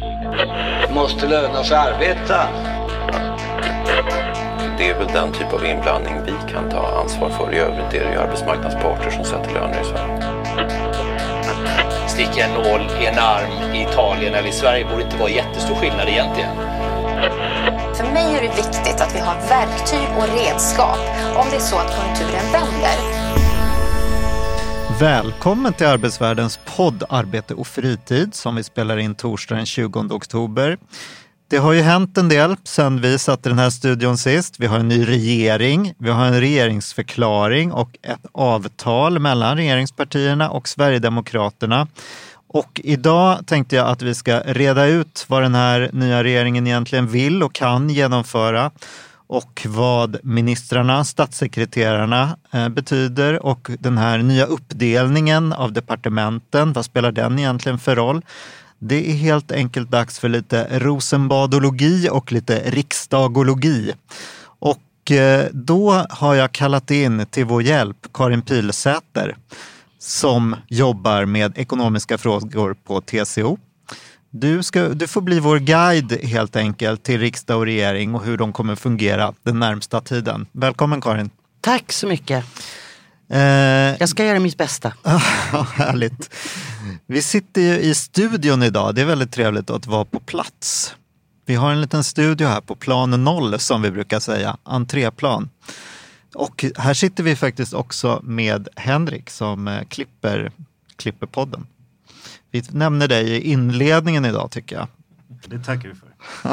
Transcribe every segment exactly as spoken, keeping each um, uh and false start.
Måste löna sig arbeta. Det är väl den typ av inblandning vi kan ta ansvar för. I övrigt är det ju arbetsmarknadsparter som sätter löner i Sverige. Sticka en nål i en arm i Italien eller i Sverige borde inte vara jättestor skillnad egentligen. För mig är det viktigt att vi har verktyg och redskap om det är så att konjunkturen vänder. Välkommen till Arbetsvärldens podd Arbete och fritid som vi spelar in torsdag den tjugonde oktober. Det har ju hänt en del sedan vi satt i den här studion sist. Vi har en ny regering, vi har en regeringsförklaring och ett avtal mellan regeringspartierna och Sverigedemokraterna. Och idag tänkte jag att vi ska reda ut vad den här nya regeringen egentligen vill och kan genomföra. Och vad ministrarna, statssekreterarna eh, betyder och den här nya uppdelningen av departementen, vad spelar den egentligen för roll? Det är helt enkelt dags för lite rosenbadologi och lite riksdagologi. Och eh, då har jag kallat in till vår hjälp Karin Pilsäter som jobbar med ekonomiska frågor på T C O. Du, ska, du får bli vår guide helt enkelt till riksdag och regering och hur de kommer fungera den närmsta tiden. Välkommen Karin. Tack så mycket. Eh, Jag ska göra mitt bästa. Härligt. Vi sitter ju i studion idag. Det är väldigt trevligt att vara på plats. Vi har en liten studio här på plan noll som vi brukar säga. Entréplan. Och här sitter vi faktiskt också med Henrik som klipper, klipper podden. Vi nämner dig i inledningen idag tycker jag. Det tackar vi för.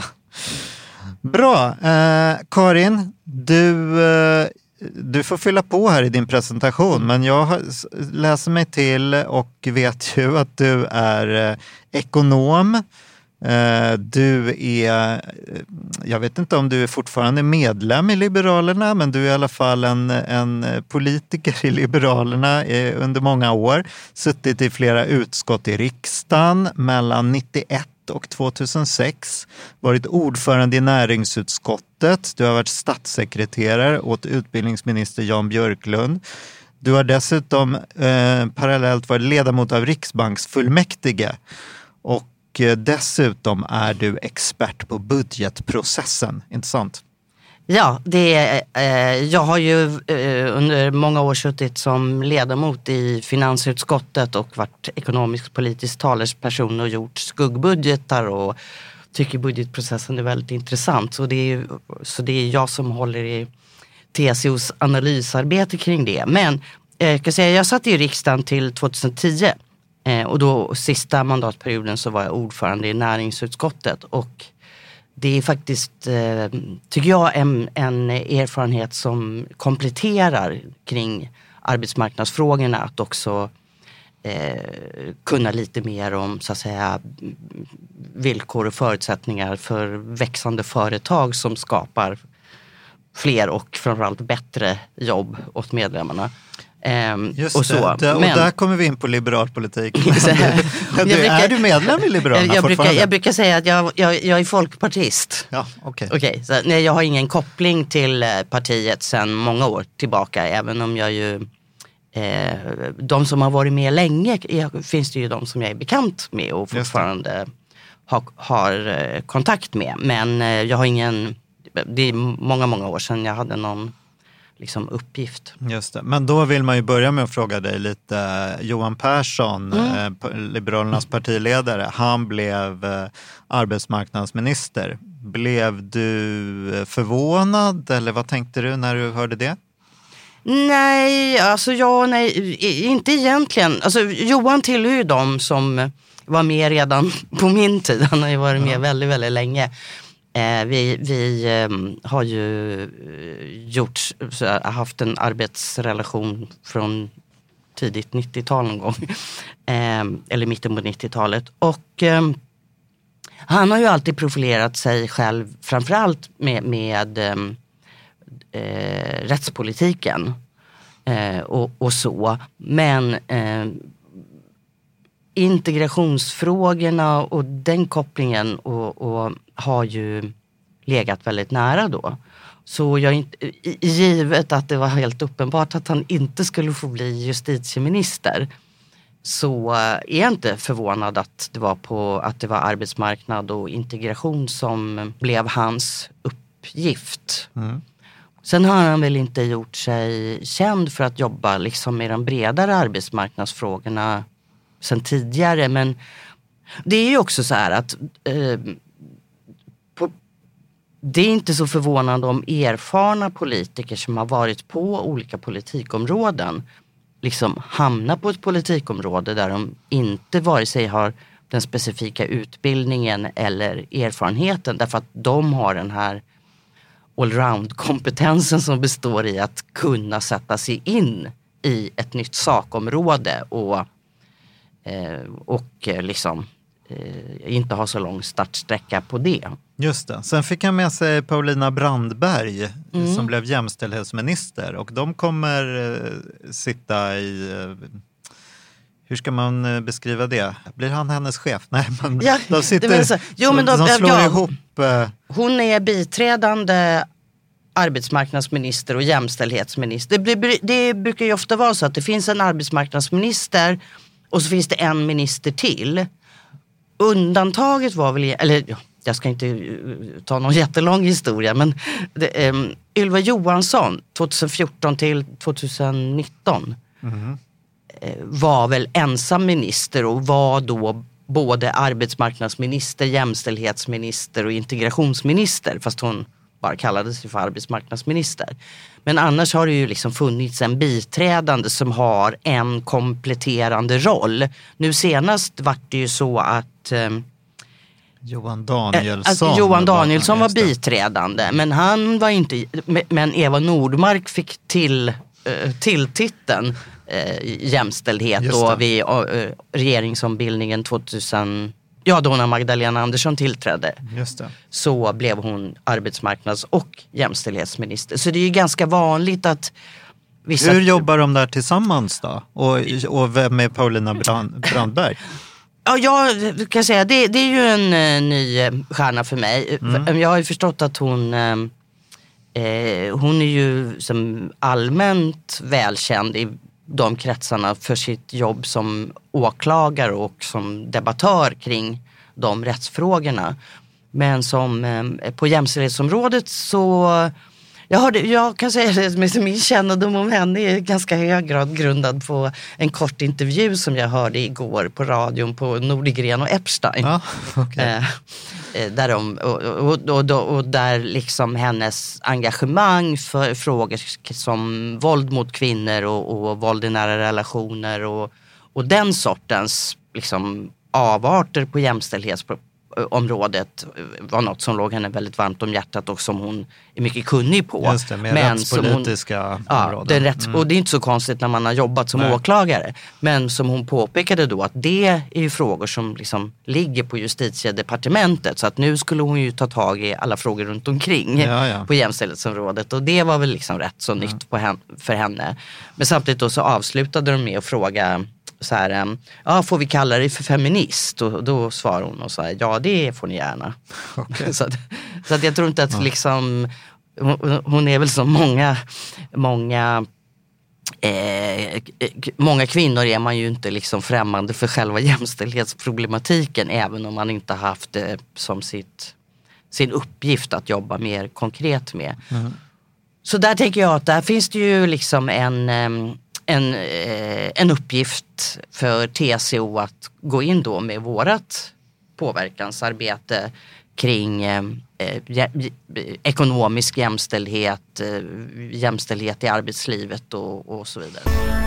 Bra. Eh, Karin, du, eh, du får fylla på här i din presentation. Men jag har, läser mig till och vet ju att du är eh, ekonom. Eh, du är, jag vet inte om du är fortfarande medlem i Liberalerna, men du är i alla fall en, en politiker i Liberalerna eh, under många år. Suttit i flera utskott i riksdagen mellan nittioett och tvåtusensex. Varit ordförande i näringsutskottet. Du har varit statssekreterare åt utbildningsminister Jan Björklund. Du har dessutom eh, parallellt varit ledamot av Riksbanksfullmäktige. Och dessutom är du expert på budgetprocessen, inte sant? Ja, det är, eh, jag har ju eh, under många år suttit som ledamot i finansutskottet och varit ekonomisk-politisk talesperson och gjort skuggbudgetar och tycker budgetprocessen är väldigt intressant. Så det är, ju, så det är jag som håller i T C O:s analysarbete kring det. Men eh, jag kan säga, jag satt i riksdagen till tjugohundratio. Eh, och då sista mandatperioden så var jag ordförande i näringsutskottet och det är faktiskt, eh, tycker jag, en, en erfarenhet som kompletterar kring arbetsmarknadsfrågorna att också eh, kunna lite mer om så att säga villkor och förutsättningar för växande företag som skapar fler och framförallt bättre jobb åt medlemmarna. Um, Just och, så. Det, och Men, där kommer vi in på liberalpolitik. Men du, men du, brukar, är du medlem i Liberalerna jag fortfarande? Brukar, jag brukar säga att jag, jag, jag är folkpartist. Ja, okej. Okay. Okay, så, nej, jag har ingen koppling till partiet sedan många år tillbaka. Även om jag ju, eh, de som har varit med länge, jag, finns det ju de som jag är bekant med och fortfarande har, har eh, kontakt med. Men eh, jag har ingen, det är många, många år sedan jag hade någon liksom uppgift. Just det. Men då vill man ju börja med att fråga dig lite. Johan Persson, mm. eh, Liberalernas partiledare, han blev eh, arbetsmarknadsminister. Blev du förvånad eller vad tänkte du när du hörde det? Nej, alltså jag, nej, inte egentligen. Alltså Johan tillhör ju de som var med redan på min tid. Han har ju varit med ja. väldigt, väldigt länge. Eh, vi vi eh, har ju gjort, så, haft en arbetsrelation från tidigt nittiotal någon gång. Eh, eller mitten på nittiotalet. Och eh, han har ju alltid profilerat sig själv framförallt med, med eh, eh, rättspolitiken. Eh, och, och så. Men eh, integrationsfrågorna och den kopplingen och, och har ju legat väldigt nära då. Så jag inte, givet att det var helt uppenbart att han inte skulle få bli justitieminister så är jag inte förvånad att det var på att det var arbetsmarknad och integration som blev hans uppgift. Mm. Sen har han väl inte gjort sig känd för att jobba liksom med de bredare arbetsmarknadsfrågorna sen tidigare, men det är ju också så här att eh, på, det är inte så förvånande om erfarna politiker som har varit på olika politikområden liksom hamnar på ett politikområde där de inte vare sig har den specifika utbildningen eller erfarenheten, därför att de har den här allround-kompetensen som består i att kunna sätta sig in i ett nytt sakområde och, eh, och liksom eh, inte ha så lång startsträcka på det. Just det. Sen fick han med sig Paulina Brandberg mm. som blev jämställdhetsminister, och de kommer eh, sitta i... Eh, hur ska man beskriva det? Blir han hennes chef? Nej, men ja, de sitter... Så, jo, men de, de slår ja, ihop... Eh, hon är biträdande arbetsmarknadsminister och jämställdhetsminister. Det, det brukar ju ofta vara så att det finns en arbetsmarknadsminister och så finns det en minister till. Undantaget var väl, eller jag ska inte ta någon jättelång historia, men det, um, Ylva Johansson tjugohundrafjorton till tjugonitton mm. var väl ensam minister och var då både arbetsmarknadsminister, jämställdhetsminister och integrationsminister, fast hon bara kallade sig för arbetsmarknadsminister. Men annars har det ju liksom funnits en biträdande som har en kompletterande roll. Nu senast var det ju så att eh, Johan Danielsson, att Johan Danielsson var biträdande, men han var inte, men Eva Nordmark fick till eh, till titeln eh, jämställdhet då vid eh, regeringsombildningen tvåtusen. Ja, då när Magdalena Andersson tillträdde. Just det. Så blev hon arbetsmarknads- och jämställdhetsminister. Så det är ju ganska vanligt att vissa... Hur jobbar de där tillsammans då? Och, och vem är Paulina Brand, Brandberg? Ja, jag kan säga, det, det är ju en uh, ny uh, stjärna för mig. Mm. Jag har ju förstått att hon... Uh, uh, hon är ju som allmänt välkänd i de kretsarna för sitt jobb som åklagare och som debattör kring de rättsfrågorna. Men som eh, på jämställdhetsområdet så jag, hörde, jag kan säga att min kännedom om henne är ganska hög grad grundad på en kort intervju som jag hörde igår på radion på Nordegren och Epstein. Ja, okay. eh, där de, och, och, och, och, och där liksom hennes engagemang för frågor som våld mot kvinnor och, och våld i nära relationer och, och den sortens liksom avarter på jämställdhetsområdet var något som låg henne väldigt varmt om hjärtat och som hon är mycket kunnig på. Just det, med men rättspolitiska hon, områden. Ja, rätts, mm. Och det är inte så konstigt när man har jobbat som Nej. åklagare. Men som hon påpekade då att det är ju frågor som liksom ligger på justitiedepartementet. Så att nu skulle hon ju ta tag i alla frågor runt omkring ja, ja. på jämställdhetsområdet. Och det var väl liksom rätt så mm. nytt på henne, för henne. Men samtidigt då så avslutade de med att fråga så här, ja, får vi kalla dig för feminist? Och då svarar hon och säger, ja, det får ni gärna. Okay. så, att, så att jag tror inte att ja. liksom hon, hon är väl som många många eh, många kvinnor är man ju inte liksom främmande för själva jämställdhetsproblematiken, även om man inte haft det som sitt sin uppgift att jobba mer konkret med. Mm. Så där tänker jag att där finns det ju liksom en En, en uppgift för T C O att gå in då med vårat påverkansarbete kring eh, ekonomisk jämställdhet, eh, jämställdhet i arbetslivet och, och så vidare.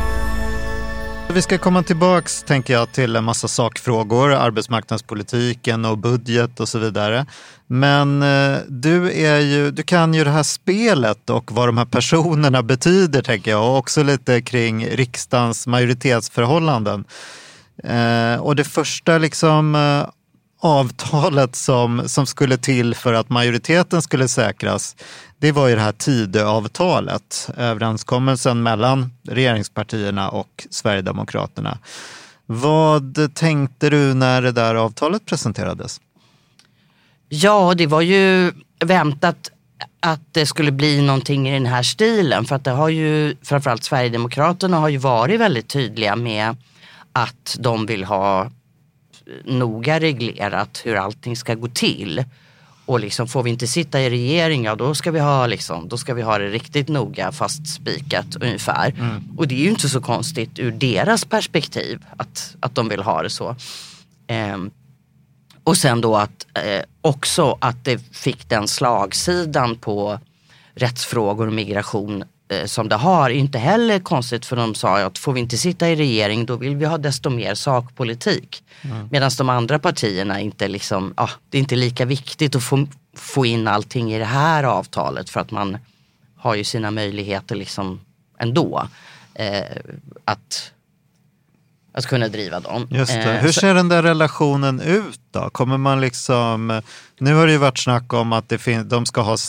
Vi ska komma tillbaks, tänker jag, till en massa sakfrågor, arbetsmarknadspolitiken och budget och så vidare. Men eh, du, är ju, du kan ju det här spelet och vad de här personerna betyder, tänker jag. Och också lite kring riksdagens majoritetsförhållanden. Eh, och det första liksom eh, avtalet som, som skulle till för att majoriteten skulle säkras, det var ju det här Tidöavtalet, överenskommelsen mellan regeringspartierna och Sverigedemokraterna. Vad tänkte du när det där avtalet presenterades? Ja, det var ju väntat att det skulle bli någonting i den här stilen. För att det har ju, framförallt Sverigedemokraterna har ju varit väldigt tydliga med att de vill ha noga reglerat hur allting ska gå till. Och liksom, får vi inte sitta i regering, ja, då ska vi ha liksom, då ska vi ha det riktigt noga fastspikat ungefär. Mm. Och det är ju inte så konstigt ur deras perspektiv att, att de vill ha det så. Ehm, och sen då att eh, också att det fick den slagsidan på rättsfrågor och migration eh, som det har, är inte heller konstigt, för de sa att får vi inte sitta i regering, då vill vi ha desto mer sakpolitik. Mm. Medan de andra partierna inte liksom, ja, det är inte lika viktigt att få, få in allting i det här avtalet, för att man har ju sina möjligheter liksom ändå eh, att, att kunna driva dem. Just det. Hur ser den där relationen ut då? Kommer man liksom, nu har det ju varit snack om att det fin- de ska ha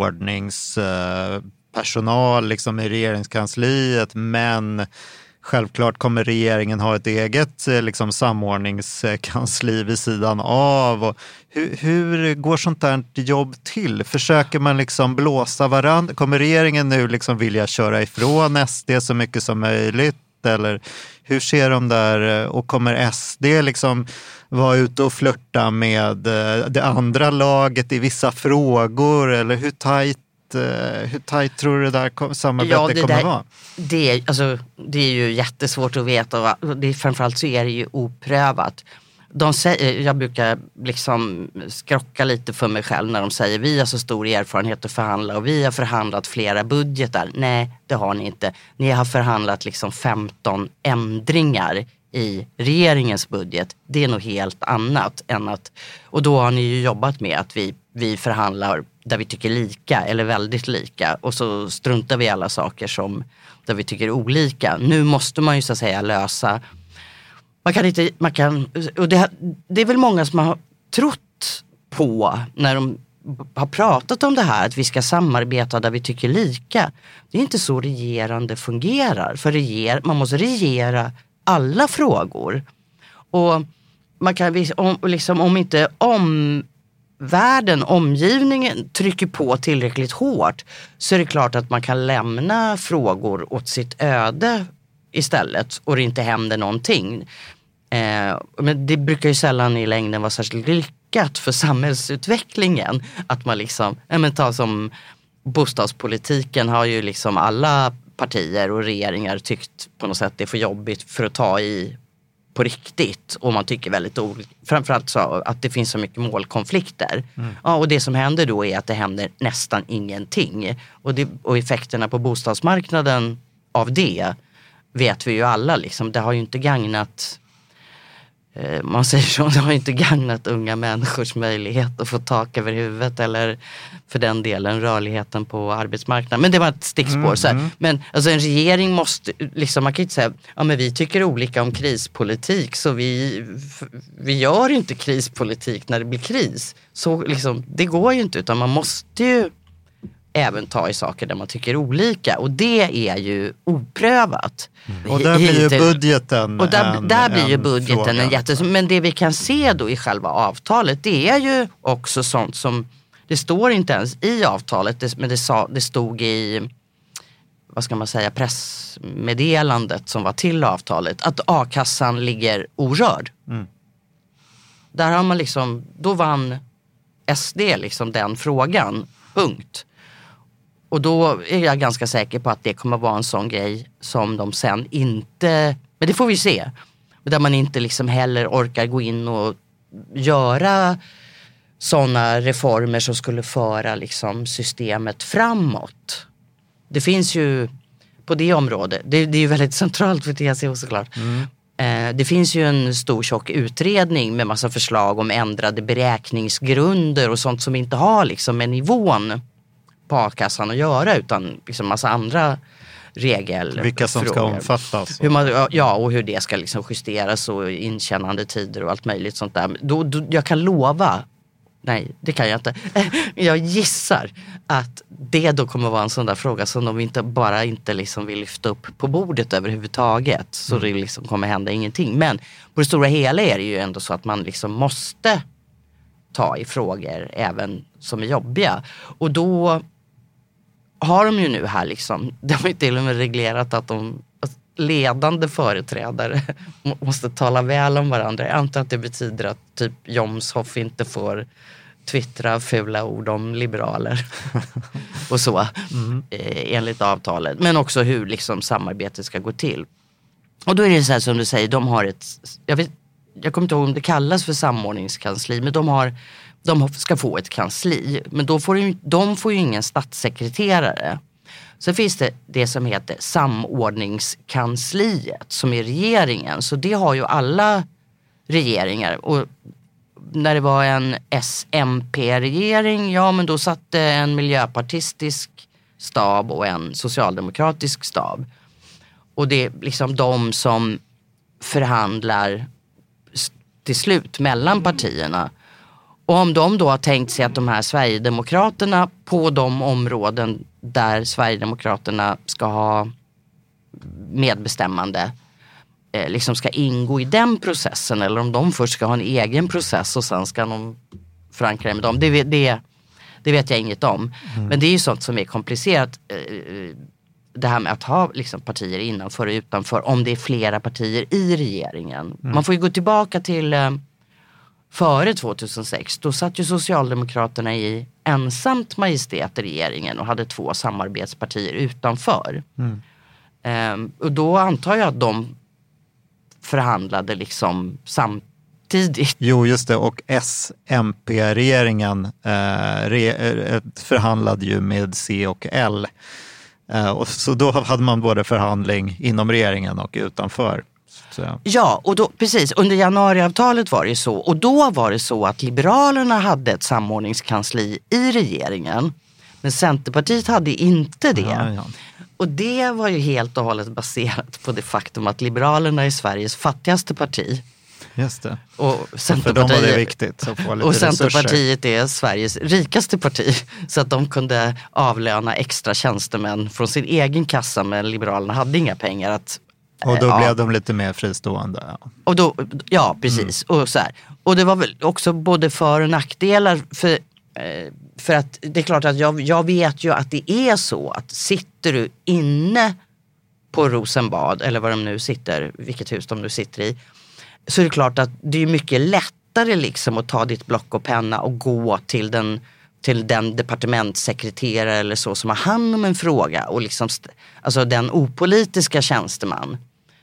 samordningspersonal liksom i regeringskansliet, men självklart kommer regeringen ha ett eget liksom, samordningskansli vid sidan av. Och hur, hur går sånt där jobb till? Försöker man liksom blåsa varandra? Kommer regeringen nu liksom vilja köra ifrån S D så mycket som möjligt? Eller hur ser de där? Och kommer S D liksom vara ute och flirta med det andra laget i vissa frågor? Eller hur tajt Hur tajt tror du det där samarbetet ja, det kommer där, vara? Det är, alltså, det är ju jättesvårt att veta. Det är, framförallt så är det ju oprövat. De säger, jag brukar liksom skrocka lite för mig själv när de säger vi har så stor erfarenhet att förhandla och vi har förhandlat flera budgetar. Nej, det har ni inte. Ni har förhandlat liksom femton ändringar i regeringens budget. Det är nog helt annat än att, och då har ni ju jobbat med att vi, vi förhandlar där vi tycker lika eller väldigt lika, och så struntar vi i alla saker som där vi tycker olika. Nu måste man ju så att säga lösa, man kan inte, man kan, och det, det är väl många som har trott på när de har pratat om det här, att vi ska samarbeta där vi tycker lika. Det är inte så regerande fungerar, för reger, man måste regera alla frågor. Och man kan, om, liksom, om inte om världen, omgivningen trycker på tillräckligt hårt, så är det klart att man kan lämna frågor åt sitt öde istället och det inte händer någonting. Eh, men det brukar ju sällan i längden vara särskilt lyckat för samhällsutvecklingen att man liksom, ja, men ta som bostadspolitiken har ju liksom alla partier och regeringar tyckt på något sätt det är för jobbigt för att ta i på riktigt, och man tycker väldigt olika, framförallt så att det finns så mycket målkonflikter. Mm. Ja, och det som händer då är att det händer nästan ingenting. Och, det, och effekterna på bostadsmarknaden av det vet vi ju alla liksom. Det har ju inte gagnat, eh, man säger så, det har ju inte gagnat unga människors möjlighet att få tak över huvudet, eller för den delen rörligheten på arbetsmarknaden. Men det var ett stickspår. Mm, så här. Mm. Men alltså en regering måste, liksom, man kan inte säga, ja men vi tycker olika om krispolitik, så vi, vi gör inte krispolitik när det blir kris. Så liksom, det går ju inte, utan man måste ju även ta i saker där man tycker olika, och det är ju oprövat. Mm. Och där blir ju budgeten och där, en, där blir ju en budgeten fråga. en jätte, men det vi kan se då i själva avtalet, det är ju också sånt som det står inte ens i avtalet, det, men det, sa, det stod i, vad ska man säga, pressmeddelandet som var till avtalet, att a-kassan ligger orörd. Mm. Där har man liksom, då vann S D liksom den frågan, punkt. Och då är jag ganska säker på att det kommer vara en sån grej som de sen inte, men det får vi se, där man inte liksom heller orkar gå in och göra sådana reformer som skulle föra liksom systemet framåt. Det finns ju på det området, det, det är ju väldigt centralt för T C O såklart. Mm. Eh, det finns ju en stor tjock utredning med massa förslag om ändrade beräkningsgrunder och sånt som inte har liksom med nivån på a-kassan att göra, utan liksom massa andra regel. Vilka som ska omfattas. Hur man, ja, och hur det ska liksom justeras och intjänande tider och allt möjligt sånt där. Då, då, jag kan lova, nej det kan jag inte, jag gissar att det då kommer vara en sån där fråga som de inte bara inte liksom vill lyfta upp på bordet överhuvudtaget. Så mm. det liksom kommer hända ingenting. Men på det stora hela är det ju ändå så att man liksom måste ta i frågor även som är jobbiga. Och då har de ju nu här liksom, de har ju till och med reglerat att de, ledande företrädare måste tala väl om varandra. Jag antar att det betyder att typ Jomshof inte får twittra fula ord om liberaler och så mm. eh, enligt avtalet. Men också hur liksom samarbetet ska gå till. Och då är det så här som du säger, de har ett, jag, vet, jag kommer inte ihåg om det kallas för samordningskansli, men de, har, de ska få ett kansli. Men då får de, de får ju ingen statssekreterare. Så finns det det som heter samordningskansliet som är regeringen. Så det har ju alla regeringar. Och när det var en S M P-regering, ja men då satt det en miljöpartistisk stab och en socialdemokratisk stab. Och det är liksom de som förhandlar till slut mellan partierna. Och om de då har tänkt sig att de här Sverigedemokraterna på de områden där Sverigedemokraterna ska ha medbestämmande eh, liksom ska ingå i den processen, eller om de först ska ha en egen process och sen ska de förankra med dem. Det, det, det vet jag inget om. Mm. Men det är ju sånt som är komplicerat. Eh, det här med att ha liksom, partier innanför och utanför, om det är flera partier i regeringen. Mm. Man får ju gå tillbaka till eh, före tjugohundrasex. Då satt ju Socialdemokraterna i ensamt majestät i regeringen och hade två samarbetspartier utanför. Mm. Um, och då antar jag att de förhandlade liksom samtidigt. Jo, just det. Och S M P-regeringen eh, re, förhandlade ju med C och L. Eh, och så då hade man både förhandling inom regeringen och utanför. Så. Ja, och då, precis. Under januariavtalet var det så. Och då var det så att Liberalerna hade ett samordningskansli i regeringen. Men Centerpartiet hade inte det. Ja, ja. Och det var ju helt och hållet baserat på det faktum att Liberalerna är Sveriges fattigaste parti. Just det. Och Centerpartiet, för dem var det viktigt att få lite och Centerpartiet resurser. är Sveriges rikaste parti. Så att de kunde avlöna extra tjänstemän från sin egen kassa, men Liberalerna hade inga pengar att... Och då ja. blev de lite mer fristående. Ja, och då, ja precis. Mm. Och, så här. Och det var väl också både för- och nackdelar. För, för att det är klart att jag, jag vet ju att det är så att sitter du inne på Rosenbad, eller vad de nu sitter, vilket hus de nu sitter i, så är det klart att det är mycket lättare liksom att ta ditt block och penna och gå till den, till den departementssekreterare eller så som har hand om en fråga, och liksom, alltså den opolitiska tjänsteman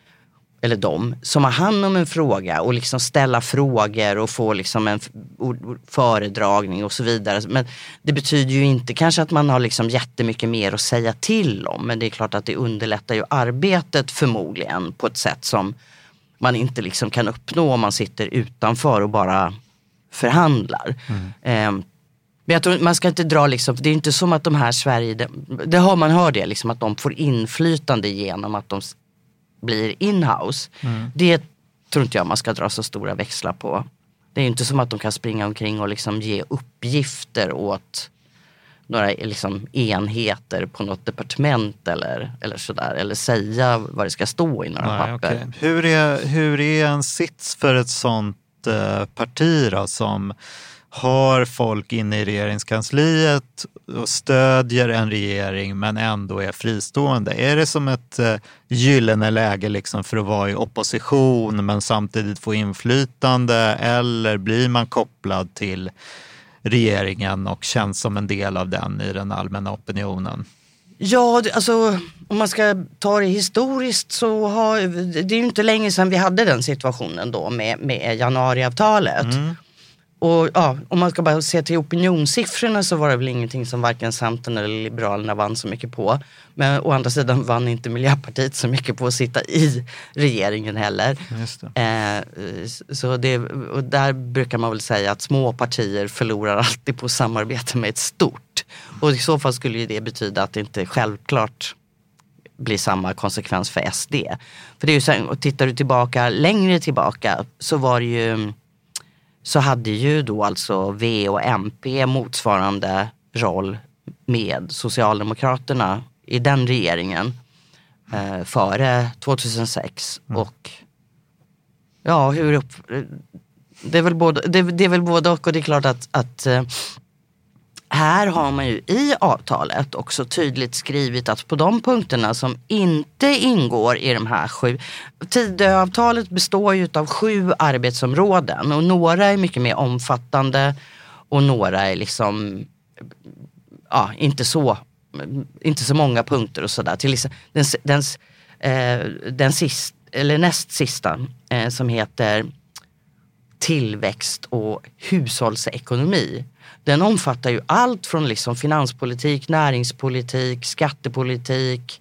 eller de som har hand om en fråga och liksom ställa frågor och få liksom en föredragning och så vidare. Men det betyder ju inte kanske att man har liksom jättemycket mer att säga till om, men det är klart att det underlättar ju arbetet förmodligen på ett sätt som man inte liksom kan uppnå om man sitter utanför och bara förhandlar. Mm. Eh, men jag tror man ska inte dra liksom, det är inte som att de här Sverige, det, det har man hört det liksom, att de får inflytande genom att de blir inhouse. Mm. Det tror inte jag man ska dra så stora växlar på. Det är inte som att de kan springa omkring och liksom ge uppgifter åt några liksom enheter på något departement eller, eller sådär. Eller säga vad det ska stå i några Nej, papper. Okay. Hur, är, hur är en sits för ett sånt eh, parti då, som har folk inne i regeringskansliet och stödjer en regering men ändå är fristående? Är det som ett eh, gyllene läge liksom för att vara i opposition men samtidigt få inflytande, eller blir man kopplad till regeringen och känns som en del av den i den allmänna opinionen? Ja, alltså om man ska ta det historiskt så har det är ju inte länge sedan vi hade den situationen då med, med januariavtalet. Mm. Och ja, om man ska bara se till opinionssiffrorna så var det väl ingenting som varken Centern eller Liberalerna vann så mycket på. Men å andra sidan vann inte Miljöpartiet så mycket på att sitta i regeringen heller. Just det. Eh, så det, och där brukar man väl säga att små partier förlorar alltid på samarbete med ett stort. Och i så fall skulle ju det betyda att det inte självklart blir samma konsekvens för S D. För det är ju så, och tittar du tillbaka längre tillbaka så var det ju... så hade ju då alltså V och M P motsvarande roll med Socialdemokraterna i den regeringen eh, före tjugohundrasex. Mm. Och ja, hur upp... Det är väl både, det, det är väl både och, och det är klart att, att eh, här har man ju i avtalet också tydligt skrivit att på de punkterna som inte ingår i de här sju... Tidöavtalet består ju av sju arbetsområden och några är mycket mer omfattande och några är liksom ja, inte så inte så många punkter och sådär. Till den, den, eh, den sist, eller näst sista eh, som heter tillväxt och hushållsekonomi. Den omfattar ju allt från liksom finanspolitik, näringspolitik, skattepolitik,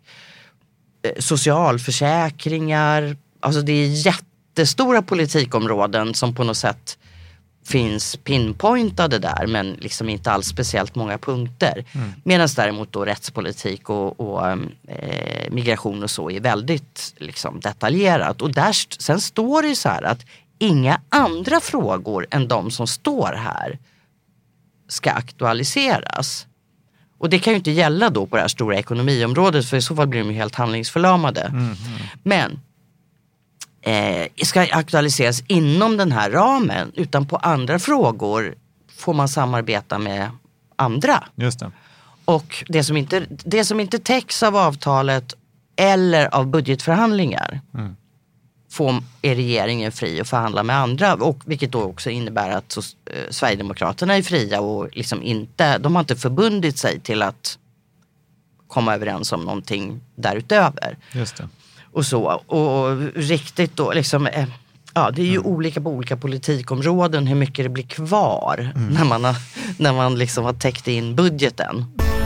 socialförsäkringar. Alltså det är jättestora politikområden som på något sätt finns pinpointade där men liksom inte alls speciellt många punkter. Mm. Medan däremot då rättspolitik och, och eh, migration och så är väldigt liksom detaljerat. Och där, sen står det ju så här att inga andra frågor än de som står här ska aktualiseras. Och det kan ju inte gälla då på det här stora ekonomiområdet för i så fall blir de ju helt handlingsförlamade. Mm, mm. Men eh, ska aktualiseras inom den här ramen utan på andra frågor får man samarbeta med andra. Just det. Och det som inte, det som inte täcks av avtalet eller av budgetförhandlingar mm. får, är regeringen fri att förhandla med andra. Och, vilket då också innebär att så, eh, Sverigedemokraterna är fria och liksom inte, de har inte förbundit sig till att komma överens om någonting därutöver. Just det. Och så, och riktigt då liksom, eh, ja det är ju mm. olika på olika politikområden hur mycket det blir kvar mm. när man, har, när man liksom har täckt in budgeten.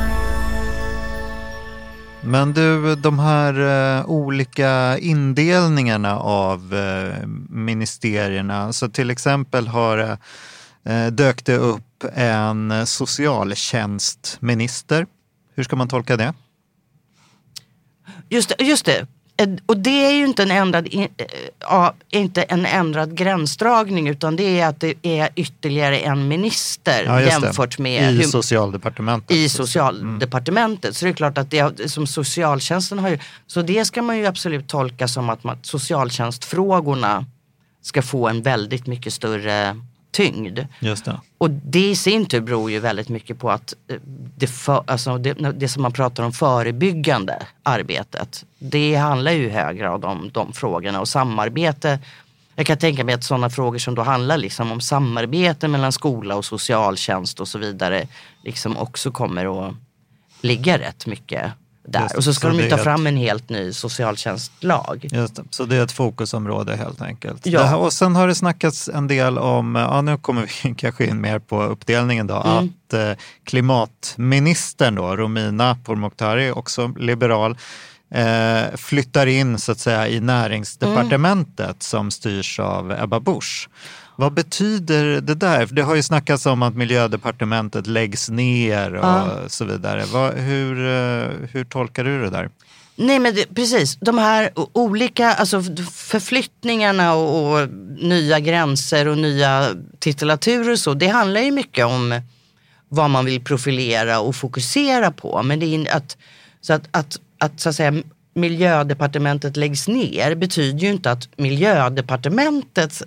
Men du, de här uh, olika indelningarna av uh, ministerierna, så till exempel har uh, dök det upp en socialtjänstminister. Hur ska man tolka det? Just det, just det. Och det är ju inte en ändrad, ja, inte en ändrad gränsdragning utan det är att det är ytterligare en minister ja, jämfört med i hur, socialdepartementet. I socialdepartementet. Mm. Så det är klart att det som socialtjänsten har ju, så det ska man ju absolut tolka som att man, socialtjänstfrågorna ska få en väldigt mycket större tyngd. Just det. Och det i sin tur beror ju väldigt mycket på att det, för, alltså det, det som man pratar om förebyggande arbetet, det handlar ju högre om de, de frågorna och samarbete. Jag kan tänka mig att sådana frågor som då handlar liksom om samarbete mellan skola och socialtjänst och så vidare liksom också kommer att ligga rätt mycket där. Och så ska så de ju ta fram ett... en helt ny socialtjänstlag. Just det. Så det är ett fokusområde helt enkelt. Ja. Det här, och sen har det snackats en del om, ja nu kommer vi kanske in mer på uppdelningen då, mm. att eh, klimatministern då, Romina Pourmokhtari, också liberal, eh, flyttar in så att säga i näringsdepartementet mm. som styrs av Ebba Busch. Vad betyder det där? För det har ju snackats om att miljödepartementet läggs ner och ja. så vidare. Vad, hur, hur tolkar du det där? Nej men det, precis, de här olika alltså förflyttningarna och, och nya gränser och nya titulaturer och så, det handlar ju mycket om vad man vill profilera och fokusera på. Men det är att, så att, att, att, så att säga, miljödepartementet läggs ner betyder ju inte att miljödepartementets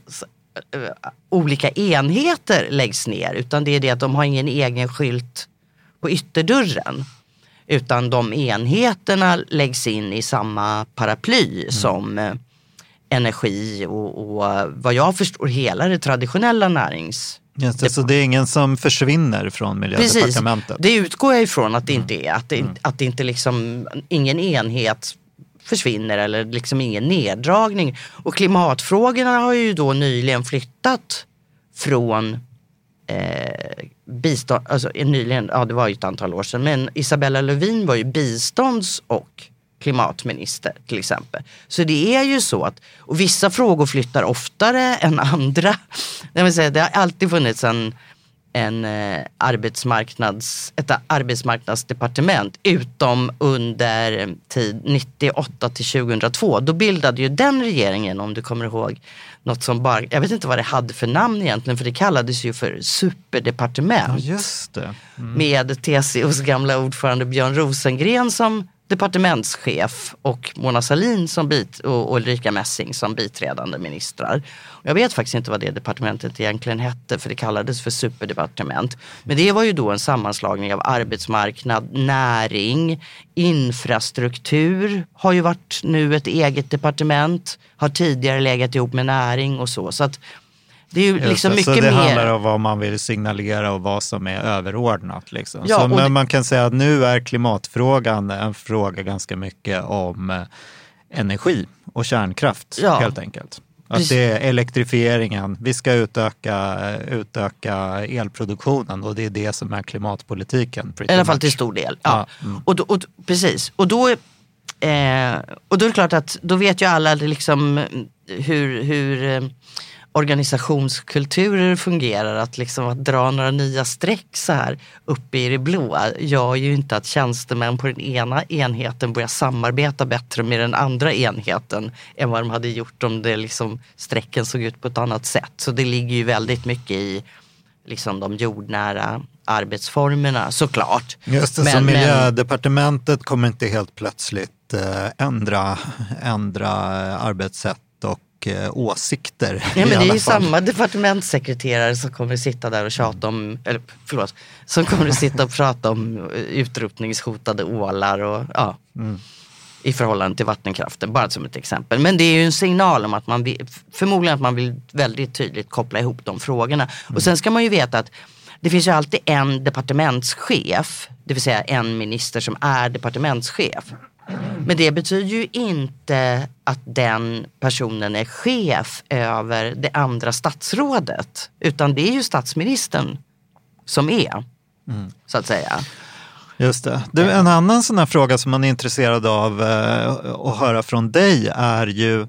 olika enheter läggs ner utan det är det att de har ingen egen skylt på ytterdörren utan de enheterna läggs in i samma paraply mm. som eh, energi och, och vad jag förstår hela det traditionella närings... Just det, så det är ingen som försvinner från miljödepartementet? Precis, det utgår jag ifrån att det inte är att det, mm. att det inte liksom ingen enhet försvinner eller liksom ingen neddragning. Och klimatfrågorna har ju då nyligen flyttat från eh, bistånd, alltså nyligen, ja det var ju ett antal år sedan, men Isabella Lövin var ju bistånds- och klimatminister till exempel. Så det är ju så att, och vissa frågor flyttar oftare än andra. Jag vill säga, det har alltid funnits en en eh, arbetsmarknads, ett arbetsmarknadsdepartement utom under tid nittioåtta till tjugohundratvå. Då bildade ju den regeringen, om du kommer ihåg, något som bara, jag vet inte vad det hade för namn egentligen, för det kallades ju för superdepartement. Ja, just det. Mm. Med T C O:s gamla ordförande Björn Rosengren som departementschef och Mona Sahlin som bit, och, och Ulrika Messing som biträdande ministrar. Jag vet faktiskt inte vad det departementet egentligen hette, för det kallades för superdepartement. Men det var ju då en sammanslagning av arbetsmarknad, näring, infrastruktur har ju varit nu ett eget departement, har tidigare legat ihop med näring och så. Så att det är ju liksom mycket mer. Så det handlar om vad man vill signalera och vad som är överordnat. Liksom. Ja, så, men det... man kan säga att nu är klimatfrågan en fråga ganska mycket om eh, energi och kärnkraft, ja, helt enkelt. Att Precis. Det är elektrifieringen, vi ska utöka, utöka elproduktionen och det är det som är klimatpolitiken. I alla fall much. Till stor del. Ja. Ja. Mm. Och, då, och, precis, och då, eh, och då är det klart att då vet ju alla liksom hur... hur eh, organisationskulturer fungerar, att liksom att dra några nya streck så här uppe i det blå gör ju inte att tjänstemän på den ena enheten börjar samarbeta bättre med den andra enheten än vad de hade gjort om det liksom strecken såg ut på ett annat sätt. Så det ligger ju väldigt mycket i liksom de jordnära arbetsformerna, såklart. Just det, men, så miljödepartementet kommer inte helt plötsligt äh, ändra, ändra arbetssätt och åsikter. Ja, men det är ju samma departementssekreterare som kommer att sitta där och tjata om, eller förlåt, som kommer att sitta och prata om utrotningshotade ålar och ja, mm. i förhållande till vattenkraften, bara som ett exempel. Men det är ju en signal om att man vill, förmodligen att man vill väldigt tydligt koppla ihop de frågorna. Mm. Och sen ska man ju veta att det finns ju alltid en departementschef, det vill säga en minister som är departementschef. Men det betyder ju inte att den personen är chef över det andra statsrådet. Utan det är ju statsministern som är, mm. så att säga. Just det. Du, en annan sån här fråga som man är intresserad av eh, att höra från dig är ju...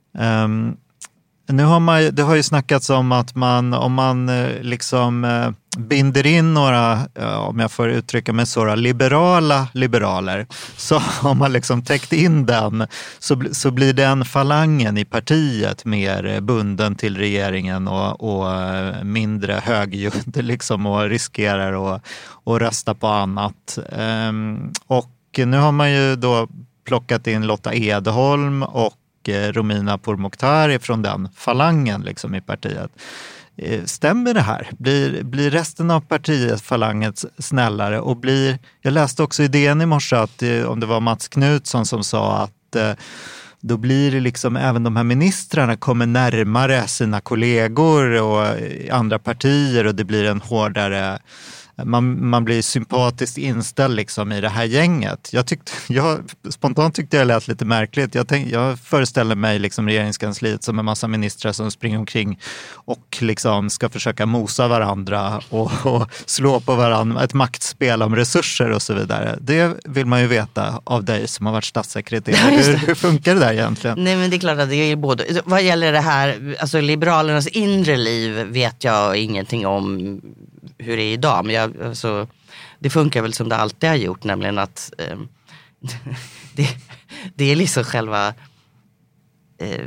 Um, nu har man, det har ju snackats om att man, om man liksom eh, binder in några, ja, om jag får uttrycka mig så, liberala liberaler, så har man liksom täckt in den, så, så blir den falangen i partiet mer bunden till regeringen och, och mindre högljudd liksom, och riskerar att, att rösta på annat. Um, och nu har man ju då plockat in Lotta Edholm och Romina Pourmokhtari från den falangen liksom i partiet. Stämmer det här? Blir, blir resten av partiet falanget snällare och blir, jag läste också i D N i morse att om det var Mats Knutsson som sa att då blir det liksom även de här ministrarna kommer närmare sina kollegor och andra partier och det blir en hårdare, Man, man blir sympatiskt inställd liksom i det här gänget. Jag tyckte, jag, spontant tyckte jag lät lite märkligt. Jag, tänk, jag föreställer mig liksom regeringskansliet som en massa ministrar som springer omkring och liksom ska försöka mosa varandra och, och slå på varandra. Ett maktspel om resurser och så vidare. Det vill man ju veta av dig som har varit statssekreterare. Hur, hur funkar det där egentligen? Nej, men det är klart att det är både... Vad gäller det här, alltså liberalernas inre liv vet jag ingenting om hur det är idag, men jag, alltså, det funkar väl som det alltid har gjort, nämligen att eh, det, det är liksom själva eh,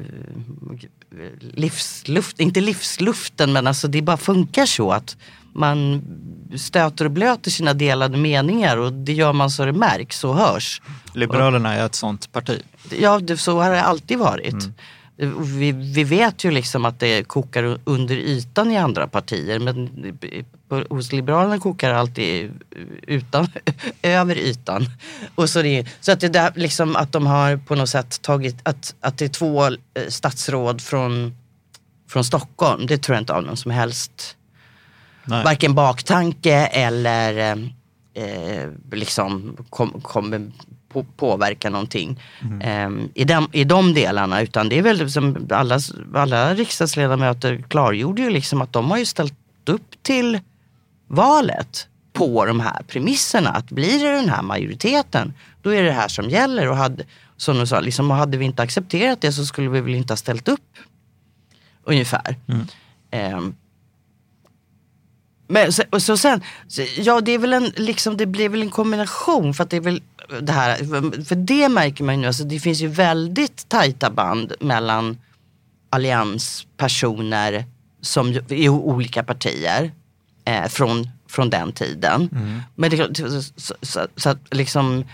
livsluft, inte livsluften, men alltså det bara funkar så att man stöter och blöter sina delade meningar och det gör man så det märks och hörs. Liberalerna är ett sånt parti. Ja, det, så har det alltid varit. Mm. Vi, vi vet ju liksom att det kokar under ytan i andra partier, men hos Liberalerna kokar det alltid utan, över ytan. Och så, det, så att det där liksom att de har på något sätt tagit, att, att det är två statsråd från, från Stockholm, det tror jag inte av någon som helst. Nej. Varken baktanke eller eh, liksom kommer kom, på, påverka någonting mm. um, i, dem, i de delarna, utan det är väl som alla, alla riksdagsledamöter klargjorde ju liksom att de har ju ställt upp till valet på de här premisserna, att blir det den här majoriteten, då är det här som gäller, och hade, som de sa, liksom, och hade vi inte accepterat det så skulle vi väl inte ha ställt upp ungefär. Mm. Um, Men så, och så sen, ja det är väl en, liksom det blir väl en kombination, för att det är väl det här, för det märker man ju nu, alltså det finns ju väldigt tajta band mellan allianspersoner som i olika partier eh, från, från den tiden. Mm. Men det, så, så, så att liksom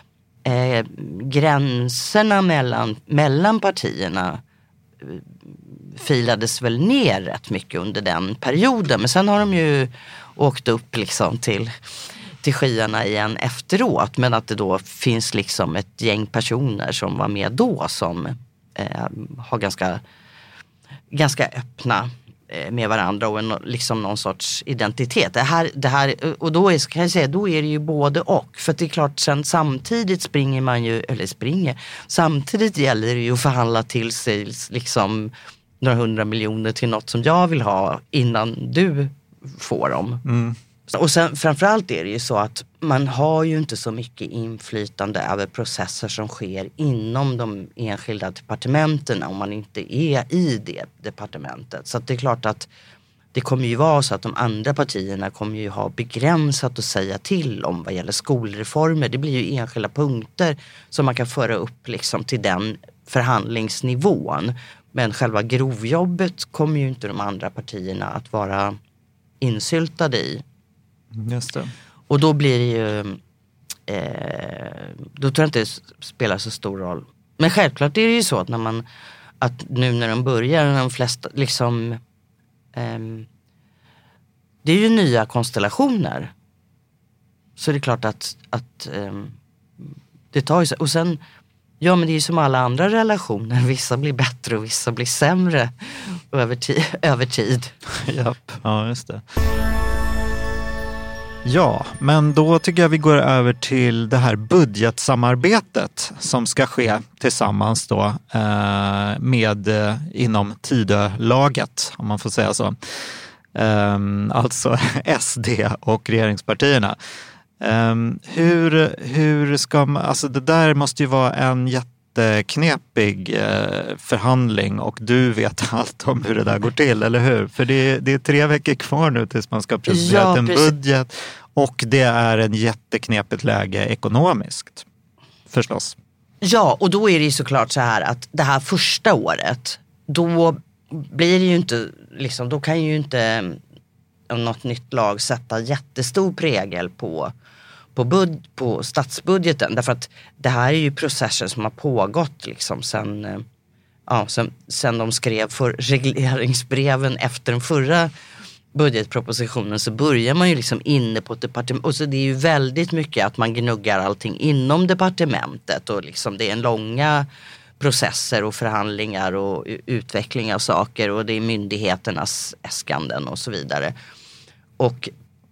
eh, gränserna mellan, mellan partierna eh, filades väl ner rätt mycket under den perioden. Men sen har de ju åkt upp liksom till, till skyarna igen efteråt. Men att det då finns liksom ett gäng personer som var med då som eh, har ganska, ganska öppna med varandra och en, liksom någon sorts identitet. Det här, det här, och då är, kan jag säga, då är det ju både och. För det är klart, sen samtidigt springer man ju, eller springer, samtidigt gäller det ju att förhandla till sig liksom några hundra miljoner till något som jag vill ha innan du får dem. Mm. Och sen framförallt är det ju så att man har ju inte så mycket inflytande över processer som sker inom de enskilda departementen om man inte är i det departementet. Så att det är klart att det kommer ju vara så att de andra partierna kommer ju ha begränsat att säga till om vad gäller skolreformer. Det blir ju enskilda punkter som man kan föra upp liksom till den förhandlingsnivån. Men själva grovjobbet kommer ju inte de andra partierna att vara insyltade i. Just det. Och då blir det ju eh, då tror jag inte det spelar så stor roll. Men självklart är det ju så att när man att nu när de börjar, när de flesta liksom eh, det är ju nya konstellationer. Så det är klart att, att eh, det tar ju sig. Och sen, ja men det är ju som alla andra relationer. Vissa blir bättre och vissa blir sämre över, ti- över tid. Japp, ja just det. Ja, men då tycker jag vi går över till det här budgetsamarbetet som ska ske tillsammans då eh, med eh, inom Tidölaget, om man får säga så. Eh, alltså S D och regeringspartierna. Eh, hur, hur ska man, alltså det där måste ju vara en jätteknepig eh, förhandling och du vet allt om hur det där går till, eller hur? För det, det är tre veckor kvar nu tills man ska presentera ja, en precis. budget och det är en jätteknepigt läge ekonomiskt, förstås. Ja, och då är det ju såklart så här att det här första året, då blir det ju inte, liksom, då kan ju inte något nytt lag sätta jättestor prägel på På, bud- på statsbudgeten. Därför att det här är ju processer som har pågått liksom sen, ja, sen, sen de skrev för regleringsbreven efter den förra budgetpropositionen, så börjar man ju liksom inne på ett departement. Och så det är ju väldigt mycket att man gnuggar allting inom departementet och liksom det är en långa processer och förhandlingar och utveckling av saker och det är myndigheternas äskanden och så vidare. Och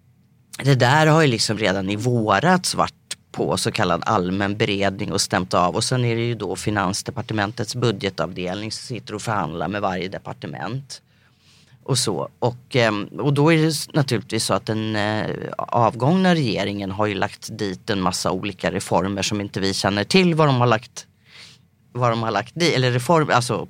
det där har ju liksom redan i vårat varit på så kallad allmän beredning och stämt av. Och sen är det ju då Finansdepartementets budgetavdelning som sitter och förhandlar med varje departement. Och så. Och, och då är det naturligtvis så att den avgångna regeringen har ju lagt dit en massa olika reformer som inte vi känner till vad de har lagt, vad de har lagt dit. Eller reformer, alltså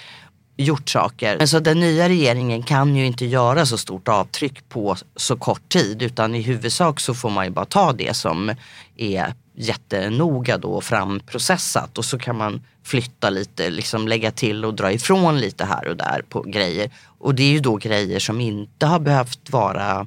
gjort saker. Men så den nya regeringen kan ju inte göra så stort avtryck på så kort tid, utan i huvudsak så får man ju bara ta det som är jättenoga då framprocessat och så kan man flytta lite, liksom lägga till och dra ifrån lite här och där på grejer. Och det är ju då grejer som inte har behövt vara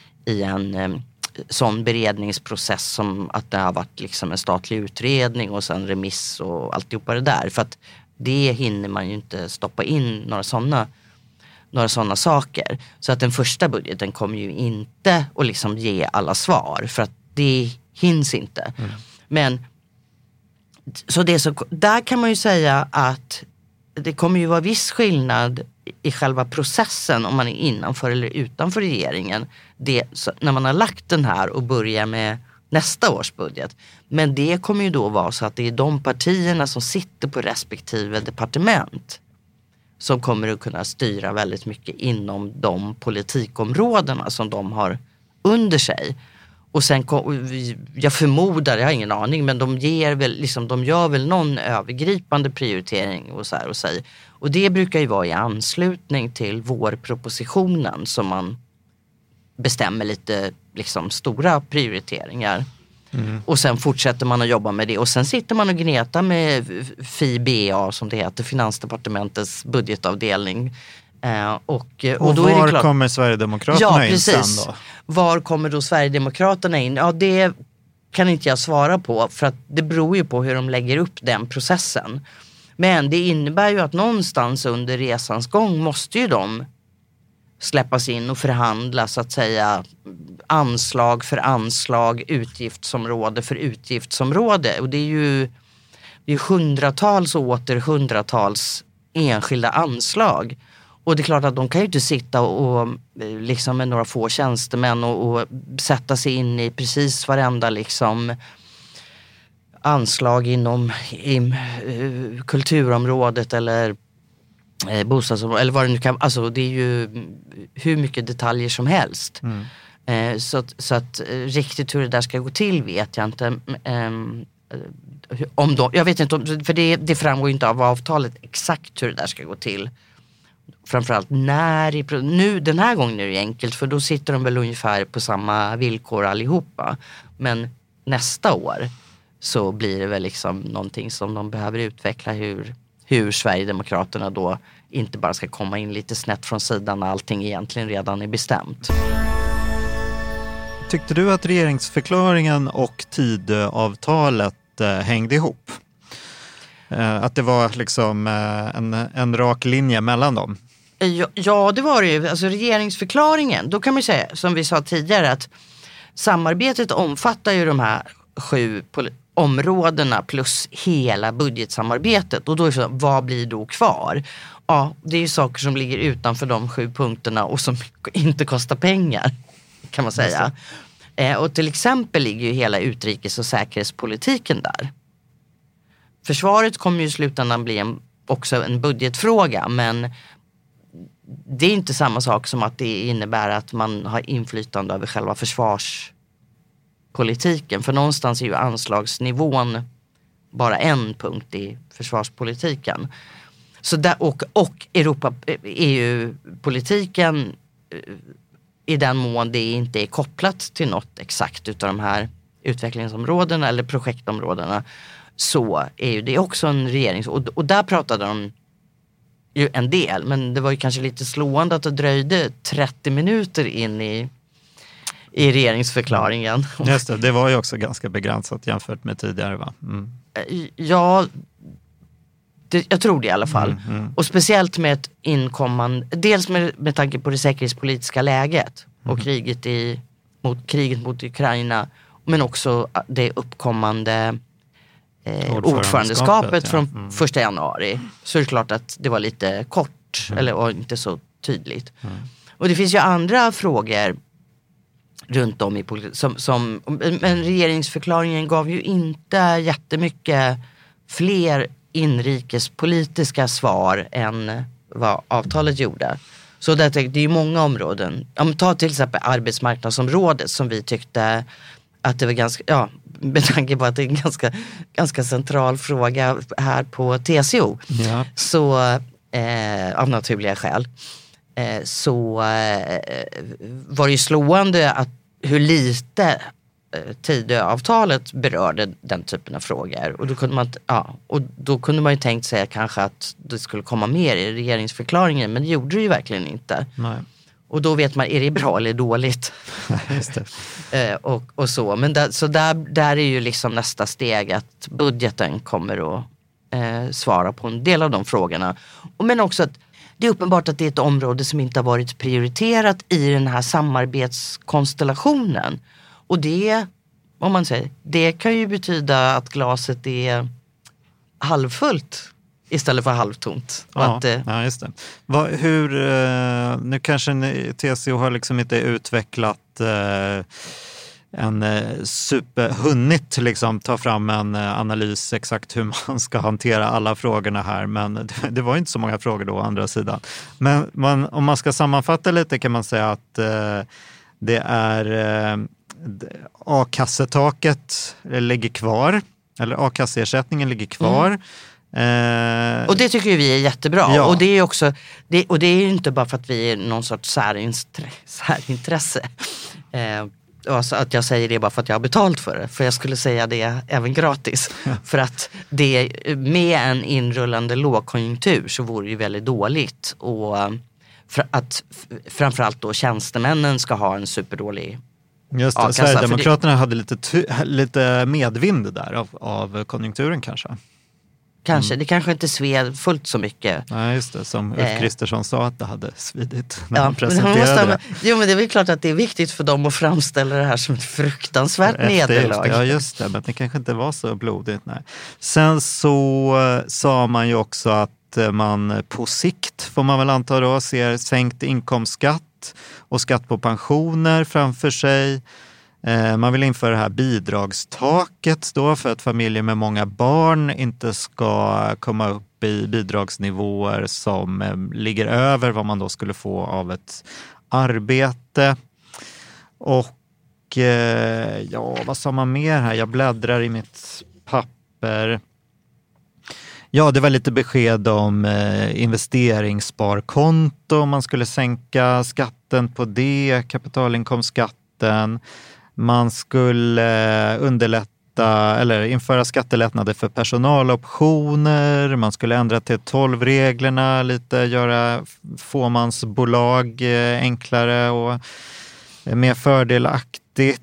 i en eh, sån beredningsprocess som att det har varit liksom en statlig utredning och sen remiss och alltihopa det där. För att det hinner man ju inte stoppa in några sådana några sådana saker. Så att den första budgeten kommer ju inte att liksom ge alla svar för att det hinns inte. Mm. Men så det så, där kan man ju säga att det kommer ju vara viss skillnad i själva processen om man är innanför eller utanför regeringen. Det, så, när man har lagt den här och börjar med nästa års budget. Men det kommer ju då vara så att det är de partierna som sitter på respektive departement som kommer att kunna styra väldigt mycket inom de politikområdena som de har under sig. Och sen, jag förmodar, jag har ingen aning, men de ger väl, liksom, de gör väl någon övergripande prioritering och så här och säger. Och det brukar ju vara i anslutning till vårpropositionen som man bestämmer lite liksom stora prioriteringar. Mm. Och sen fortsätter man att jobba med det. Och sen sitter man och gnetar med F I B A som det heter, Finansdepartementets budgetavdelning. Eh, och, och, och då var är det klart, kommer Sverigedemokraterna ja, in precis. sen då? Var kommer då Sverigedemokraterna in? Ja, det kan inte jag svara på, för att det beror ju på hur de lägger upp den processen. Men det innebär ju att någonstans under resans gång måste ju de släppas in och förhandla, så att säga, anslag för anslag, utgiftsområde för utgiftsområde. Och det är ju det är hundratals och åter hundratals enskilda anslag. Och det är klart att de kan ju inte sitta och, och liksom med några få tjänstemän och, och sätta sig in i precis varenda liksom anslag inom i, uh, kulturområdet eller uh, bostadsområdet eller vad det nu kan. Alltså det är ju hur mycket detaljer som helst. Mm. Uh, så, att, så att uh, riktigt hur det där ska gå till vet jag inte. Um, om de, jag vet inte, om, för det, det framgår inte av avtalet exakt hur det där ska gå till. Framförallt när i, nu, den här gången är det enkelt, för då sitter de väl ungefär på samma villkor allihopa. Men nästa år så blir det väl liksom någonting som de behöver utveckla, hur, hur Sverigedemokraterna då inte bara ska komma in lite snett från sidan när allting egentligen redan är bestämt. Tyckte du att regeringsförklaringen och Tidöavtalet eh, hängde ihop? Eh, att det var liksom eh, en, en rak linje mellan dem? Ja, ja, det var det ju. Alltså regeringsförklaringen, då kan man säga, som vi sa tidigare, att samarbetet omfattar ju de här sju pol- områdena plus hela budgetsamarbetet. Och då är det så, vad blir då kvar? Ja, det är ju saker som ligger utanför de sju punkterna och som inte kostar pengar, kan man säga. Eh, och till exempel ligger ju hela utrikes- och säkerhetspolitiken där. Försvaret kommer ju i slutändan bli en, också en budgetfråga, men det är inte samma sak som att det innebär att man har inflytande över själva försvarspolitiken. För någonstans är ju anslagsnivån bara en punkt i försvarspolitiken. Så där, och, och Europa, E U-politiken, i den mån det inte är kopplat till något exakt utav de här utvecklingsområdena eller projektområdena, så är ju det också en regering. Och, och där pratade de ju en del, men det var ju kanske lite slående att det dröjde trettio minuter in i, i regeringsförklaringen. Just det, det var ju också ganska begränsat jämfört med tidigare, va? Mm. Ja, det, jag tror det i alla fall. Mm, mm. Och speciellt med ett inkommande, dels med, med tanke på det säkerhetspolitiska läget och mm. kriget, i, mot, kriget mot Ukraina, men också det uppkommande Eh, ordförandeskapet från ja. mm. första januari, så är det klart att det var lite kort mm. eller och inte så tydligt. Mm. Och det finns ju andra frågor runt om i politiken som, som, men regeringsförklaringen gav ju inte jättemycket fler inrikespolitiska svar än vad avtalet gjorde. Så det, det är ju många områden. Om ta till exempel arbetsmarknadsområdet, som vi tyckte att det var ganska, ja, med tanke på att det är en ganska, ganska central fråga här på T C O. Ja. Så, eh, av naturliga skäl, eh, så eh, var det ju slående att hur lite eh, Tidöavtalet berörde den typen av frågor. Och då kunde man, ja, och då kunde man ju tänkt sig kanske att det skulle komma mer i regeringsförklaringen, men det gjorde det ju verkligen inte. Nej. Och då vet man, är det bra eller dåligt? Just det. eh, och, och så. Men där, så där, där är ju liksom nästa steg att budgeten kommer att eh, svara på en del av de frågorna. Och, men också att det är uppenbart att det är ett område som inte har varit prioriterat i den här samarbetskonstellationen. Och det, om man säger, det kan ju betyda att glaset är halvfullt istället för halvtomt. Ja, att, eh, ja just det. Va, hur, eh, nu kanske ni, T C O har liksom inte utvecklat eh, en eh, superhunnit liksom ta fram en eh, analys exakt hur man ska hantera alla frågorna här, men det, det var inte så många frågor då å andra sidan. Men man, om man ska sammanfatta lite kan man säga att eh, det är eh, a-kassetaket ligger kvar, eller a-kasseersättningen ligger kvar. Mm. Eh, och det tycker vi är jättebra. Ja. Och det är också, det, och det är ju inte bara för att vi är någon sorts särintresse, särintresse. Eh, alltså att jag säger det bara för att jag har betalt för det. För jag skulle säga det även gratis. Ja. För att det, med en inrullande lågkonjunktur så vore det ju väldigt dåligt. Och för att framförallt då tjänstemännen ska ha en superdålig Just det, a-kassa. Sverigedemokraterna det, hade lite, ty, lite medvind där av, av konjunkturen kanske. Kanske, mm. det kanske inte sved fullt så mycket. Nej, just det, som Ulf eh. Kristersson sa att det hade svidit när ja, han presenterade måste, det. Jo, men det är väl klart att det är viktigt för dem att framställa det här som ett fruktansvärt nederlag. Ja, just det, men det kanske inte var så blodigt. Nej. Sen så uh, sa man ju också att uh, man på sikt, får man väl anta då, ser sänkt inkomstskatt och skatt på pensioner framför sig. Man vill införa det här bidragstaket då för att familjer med många barn inte ska komma upp i bidragsnivåer som ligger över vad man då skulle få av ett arbete. Och ja, vad sa man mer här? Jag bläddrar i mitt papper. Ja, det var lite besked om investeringssparkonto. Man skulle sänka skatten på det, kapitalinkomstskatten. Man skulle underlätta eller införa skattelättnader för personaloptioner. Man skulle ändra till tolv-reglerna, lite göra fåmansbolag enklare och mer fördelaktigt.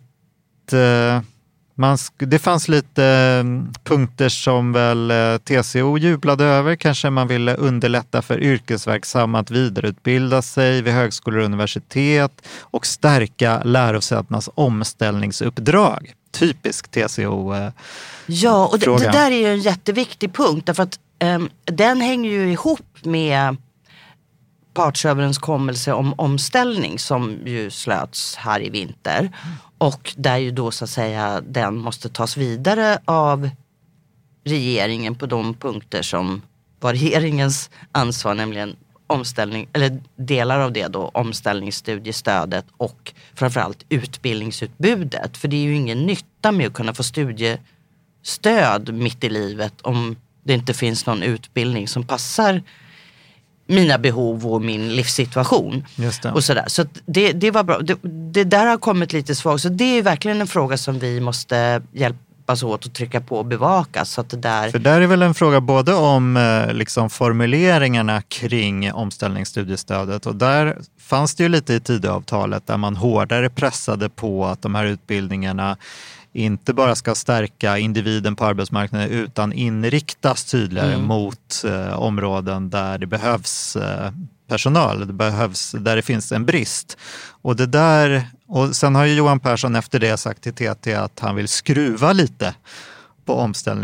Man sk- det fanns lite punkter som väl T C O jublade över. Kanske man ville underlätta för yrkesverksamma att vidareutbilda sig vid högskolor och universitet och stärka lärosätenas omställningsuppdrag. Typisk T C O-fråga. Ja, och det, det där är ju en jätteviktig punkt därför att um, den hänger ju ihop med partsöverenskommelse om omställning som ju slöts här i vinter. Och där ju då så att säga den måste tas vidare av regeringen på de punkter som var regeringens ansvar, nämligen omställning, eller delar av det då, omställningsstudiestödet och framförallt utbildningsutbudet. För det är ju ingen nytta med att kunna få studiestöd mitt i livet om det inte finns någon utbildning som passar mina behov och min livssituation. Just det. Och sådär. Så det, det var bra. Det, det där har kommit lite svagt. Så det är verkligen en fråga som vi måste hjälpas åt att trycka på och bevaka. Så att det där... För där är väl en fråga både om liksom, formuleringarna kring omställningsstudiestödet. Och där fanns det ju lite i Tidöavtalet där man hårdare pressade på att de här utbildningarna inte bara ska stärka individen på arbetsmarknaden utan inriktas tydligare mm. mot eh, områden där det behövs eh, personal, det behövs, där det finns en brist. Och det där, och sen har ju Johan Persson efter det sagt till T T att han vill skruva lite på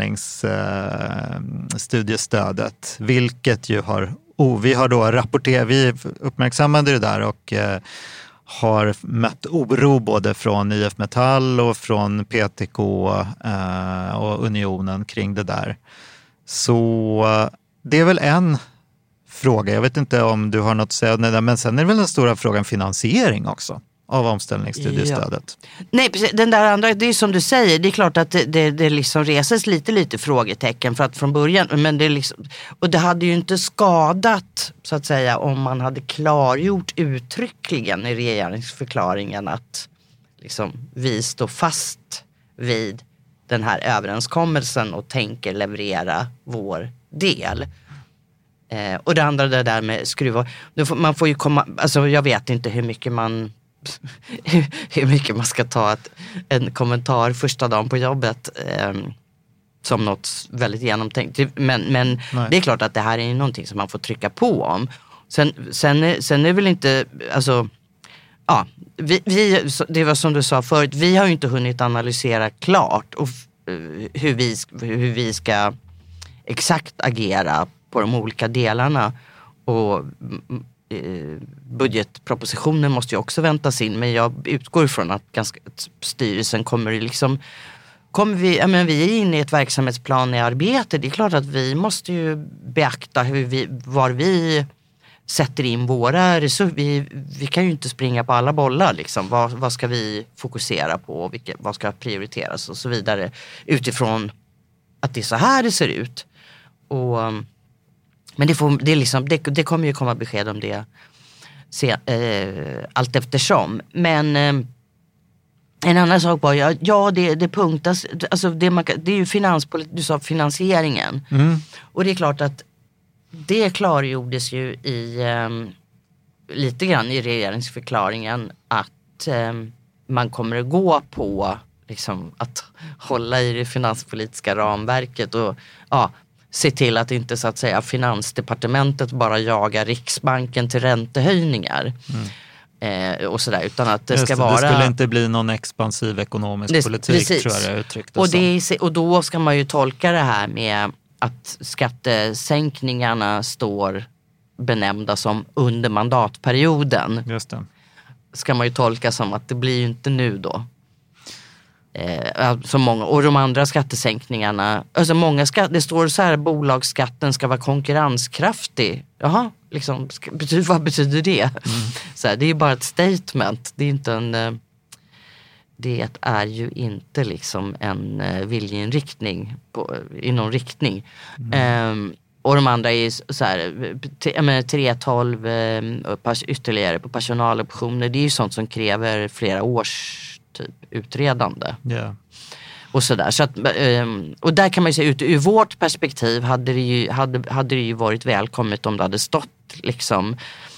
omställningsstudiestödet, eh, vilket ju har, oh, vi har då rapporterat, vi uppmärksammade det där och eh, har mött oro både från I F Metall och från P T K eh, och Unionen kring det där. Så det är väl en fråga. Jag vet inte om du har något att säga, men sen är det väl den stora frågan finansiering också av omställningsstudiestödet. Ja. Nej, precis. Den där andra, det är som du säger, det är klart att det, det, det liksom reses lite, lite frågetecken för att från början, men det är liksom, och det hade ju inte skadat så att säga om man hade klargjort uttryckligen i regeringsförklaringen att liksom, vi står fast vid den här överenskommelsen och tänker leverera vår del. Eh, och det andra det där med skruva, man får ju komma, alltså jag vet inte hur mycket man hur mycket man ska ta ett, en kommentar första dagen på jobbet eh, som något väldigt genomtänkt. Men, men det är klart att det här är någonting som man får trycka på om. Sen, sen, sen är det väl inte, alltså, ja, vi, vi, det var som du sa förut, vi har ju inte hunnit analysera klart och, uh, hur, vi, hur vi ska exakt agera på de olika delarna. Och budgetpropositionen måste ju också väntas in, men jag utgår ifrån att, ganska, att styrelsen kommer liksom kommer vi, ja, men vi är inne i ett verksamhetsplan i arbete. Det är klart att vi måste ju beakta hur vi, var vi sätter in våra resurser. Vi, vi kan ju inte springa på alla bollar liksom. Vad, vad ska vi fokusera på? Vilka, vad ska prioriteras och så vidare utifrån att det är så här det ser ut. Och men det, får, det, är liksom, det, det kommer ju komma besked om det se, eh, allt eftersom. Men eh, en annan sak var ja, ja det, det punktas, alltså det, man, det är ju finanspolit, du sa finansieringen. Mm. Och det är klart att det klargjordes ju i eh, lite grann i regeringsförklaringen att eh, man kommer att gå på liksom, att hålla i det finanspolitiska ramverket och ja, se till att inte så att säga Finansdepartementet bara jagar Riksbanken till räntehöjningar. Mm. Eh, och sådär, utan att det Just ska det, vara... Det skulle inte bli någon expansiv ekonomisk det, politik, precis. tror jag det uttryckte och, som. det, och då ska man ju tolka det här med att skattesänkningarna står benämnda som under mandatperioden. Just det. Ska man ju tolka som att det blir ju inte nu då. Eh, så många, och de andra skattesänkningarna, alltså många skatt, det står så här, bolagsskatten ska vara konkurrenskraftig. Jaha, liksom, ska, betyder, vad betyder det? Mm. Så här, det är ju bara ett statement. Det är inte en eh, det är ju inte liksom en eh, viljeinriktning på, i någon riktning. Mm. Eh, och de andra är så här, tre tolv eh, ytterligare på personaloptioner. Det är ju sånt som kräver flera års typ utredande. Yeah. Och sådär. Så att, och där kan man ju säga, ut ur vårt perspektiv hade det ju, hade, hade det ju varit välkommet om det hade stått liksom,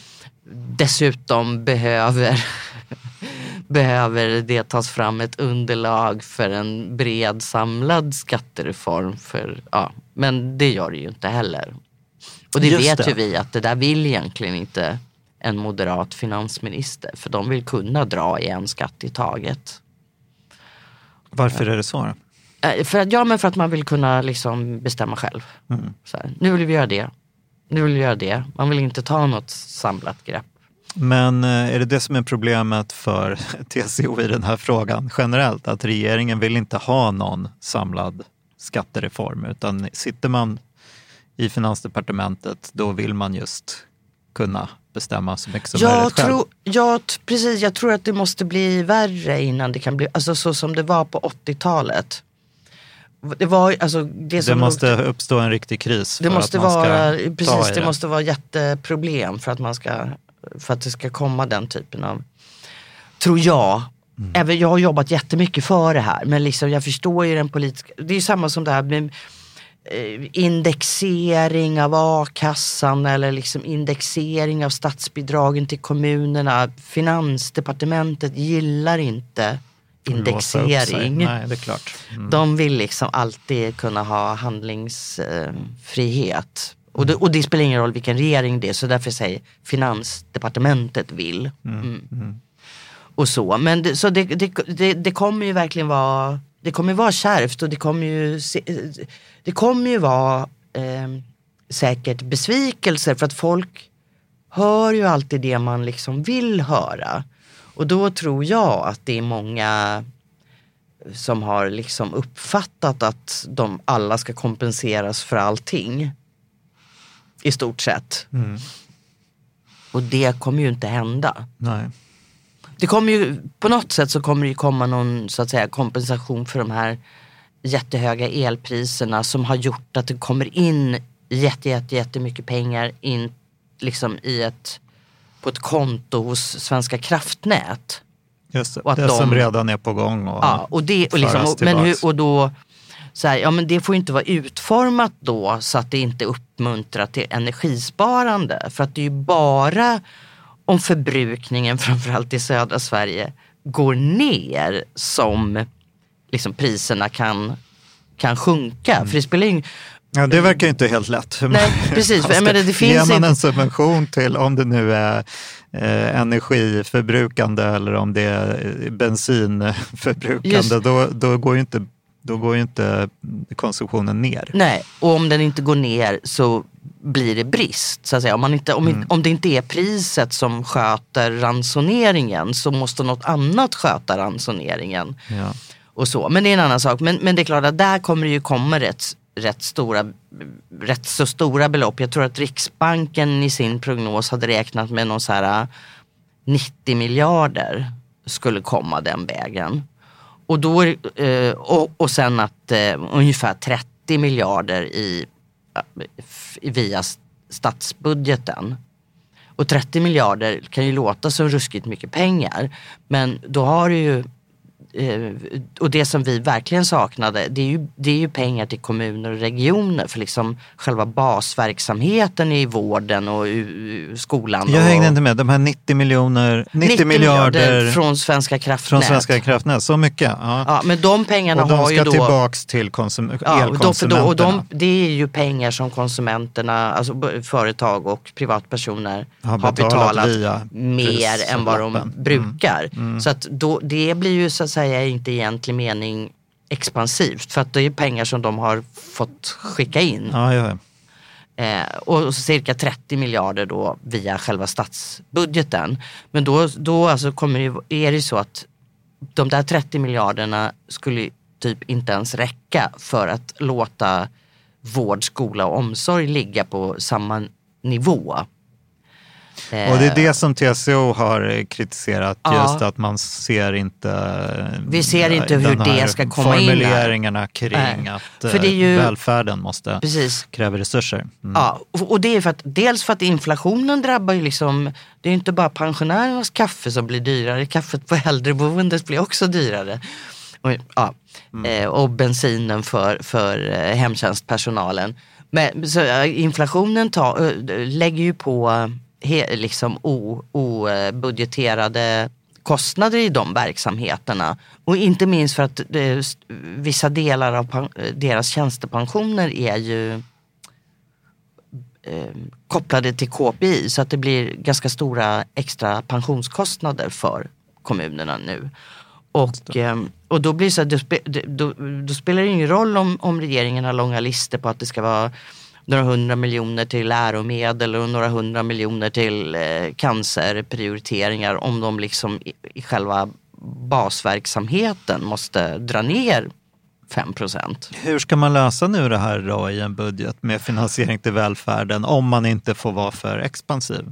dessutom behöver behöver det tas fram ett underlag för en bred samlad skattereform för, ja, men det gör det ju inte heller. Och det Just vet det. ju vi att det där vill egentligen inte en moderat finansminister, för de vill kunna dra i en skatt i taget. Varför är det så då? För att, ja, men för att man vill kunna liksom bestämma själv. Mm. Så här, nu vill vi göra det. Nu vill vi göra det. Man vill inte ta något samlat grepp. Men är det det som är problemet för T C O i den här frågan generellt? Att regeringen vill inte ha någon samlad skattereform, utan sitter man i Finansdepartementet, då vill man just kunna bestämma så mycket som jag möjligt själv. Tror, ja, precis. Jag tror att det måste bli värre innan det kan bli, alltså så som det var på åttiotalet. Det var alltså det som det måste låg, uppstå en riktig kris för det måste att man ska vara, ta precis, i det det. måste vara jätteproblem för att man ska, för att det ska komma den typen av, tror jag. Mm. Även jag har jobbat jättemycket för det här, men liksom jag förstår ju den politiska, det är ju samma som det här med indexering av a-kassan eller liksom indexering av statsbidragen till kommunerna. Finansdepartementet gillar inte indexering. Nej, det är klart. Mm. De vill liksom alltid kunna ha handlingsfrihet. Och det, och det spelar ingen roll vilken regering det är, så därför säger Finansdepartementet vill. Mm. Mm. Mm. Och så. Men det, så det, det, det, det kommer ju verkligen vara, det kommer vara kärvt och det kommer ju det kommer ju vara eh, säkert besvikelser, för att folk hör ju alltid det man liksom vill höra. Och då tror jag att det är många som har liksom uppfattat att de alla ska kompenseras för allting. I stort sett. Mm. Och det kommer ju inte hända. Nej. Det kommer ju, på något sätt så kommer det ju komma någon så att säga kompensation för de här jättehöga elpriserna som har gjort att det kommer in jätte, jätte, jättemycket pengar in liksom i ett, på ett konto hos Svenska kraftnät. Just det, och att det de, som redan är på gång och ja, och det och liksom, och, men hur, och då så här, ja men det får inte vara utformat då så att det inte uppmuntrar till energisparande, för att det är ju bara om förbrukningen framförallt i södra Sverige går ner som liksom priserna kan, kan sjunka. Mm. För det spelar ju... Ja, det verkar ju inte helt lätt. Nej, precis. För, men det, det finns ger man inte... en subvention till, om det nu är eh, energiförbrukande eller om det är bensinförbrukande, Just... då, då går ju inte då går ju inte konsumtionen ner. Nej, och om den inte går ner så blir det brist. Så att säga. Om, man inte, om, mm. om det inte är priset som sköter ransoneringen, så måste något annat sköta ransoneringen. Ja. Och så. Men det är en annan sak. Men, men det är klart att där kommer det ju komma rätt, rätt, stora, rätt så stora belopp. Jag tror att Riksbanken i sin prognos hade räknat med någon så här nittio miljarder skulle komma den vägen. Och, då, eh, och, och sen att eh, ungefär trettio miljarder i, via statsbudgeten. Och trettio miljarder kan ju låta som ruskigt mycket pengar. Men då har du ju eh, och det som vi verkligen saknade, det är, ju, det är ju pengar till kommuner och regioner för liksom själva basverksamheten i vården och i skolan. Jag hängde och, inte med, de här nittio miljoner, nittio, nittio miljarder, miljarder från Svenska kraftnät. Från Svenska kraftnät, så mycket. Ja. Ja, men de pengarna och de har ju ska då... tillbaks till konsum- ja, elkonsumenterna. Och, de, och de, det är ju pengar som konsumenterna, alltså företag och privatpersoner har, har betalat, betalat mer än vad de brukar. Mm. Mm. Så att då, det blir ju så att säga inte i egentlig mening expansivt. För att det är pengar som de har fått skicka in. Ja, ja. Eh, och cirka trettio miljarder då via själva statsbudgeten. Men då, då alltså kommer det, är det så att de där trettio miljarderna skulle typ inte ens räcka för att låta vård, skola och omsorg ligga på samma nivå. Och det är det som T C O har kritiserat, ja. Just att man ser inte vi ser inte hur det ska komma in formuleringarna kring Nej. Att för det är ju, välfärden måste precis. Kräva resurser. Mm. Ja, och det är för att dels för att inflationen drabbar ju liksom, det är inte bara pensionärernas kaffe som blir dyrare, kaffet på äldreboendet blir också dyrare. Och, ja, mm. och bensinen för, för hemtjänstpersonalen. Men så, inflationen tar, lägger ju på He, liksom obudgeterade kostnader i de verksamheterna. Och inte minst för att det, vissa delar av pan, deras tjänstepensioner är ju eh, kopplade till K P I, så att det blir ganska stora extra pensionskostnader för kommunerna nu. Och, eh, och då blir det så att det, då, då spelar det ingen roll om, om regeringen har långa listor på att det ska vara några hundra miljoner till läromedel och några hundra miljoner till eh, cancerprioriteringar, om de liksom i, i själva basverksamheten måste dra ner fem procent. Hur ska man lösa nu det här då i en budget med finansiering till välfärden om man inte får vara för expansiv?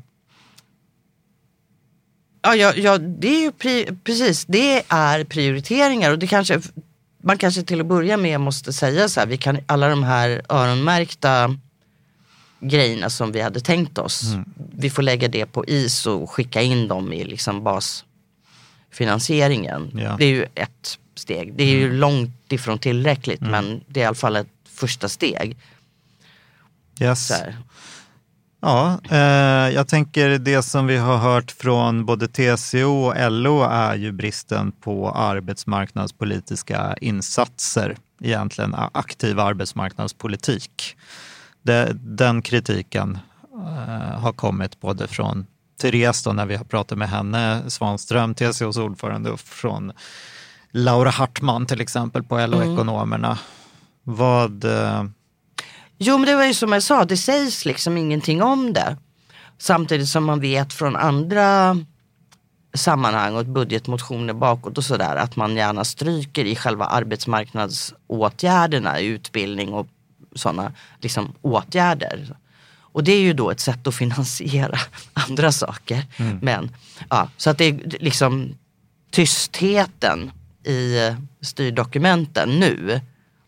Ja, ja, ja det är ju pri- precis, det är prioriteringar, och det kanske, man kanske till att börja med måste säga så här, vi kan alla de här öronmärkta grejerna som vi hade tänkt oss, mm. vi får lägga det på is och skicka in dem i liksom basfinansieringen. Ja. Det är ju ett steg. Det är ju mm. långt ifrån tillräckligt, mm. men det är i alla fall ett första steg. Yes. Ja, eh, jag tänker det som vi har hört från både T C O och L O är ju bristen på arbetsmarknadspolitiska insatser, egentligen aktiv arbetsmarknadspolitik. Det, den kritiken eh, har kommit både från Therese då, när vi har pratat med henne, Svanström, T C O:s ordförande, och från Laura Hartman till exempel på L O-ekonomerna. Mm. Vad... Eh, Jo, men det var ju som jag sa, det sägs liksom ingenting om det. Samtidigt som man vet från andra sammanhang och budgetmotioner bakåt och sådär, att man gärna stryker i själva arbetsmarknadsåtgärderna, utbildning och sådana liksom åtgärder. Och det är ju då ett sätt att finansiera andra saker. Mm. Men, ja, så att det är liksom tystheten i styrdokumenten nu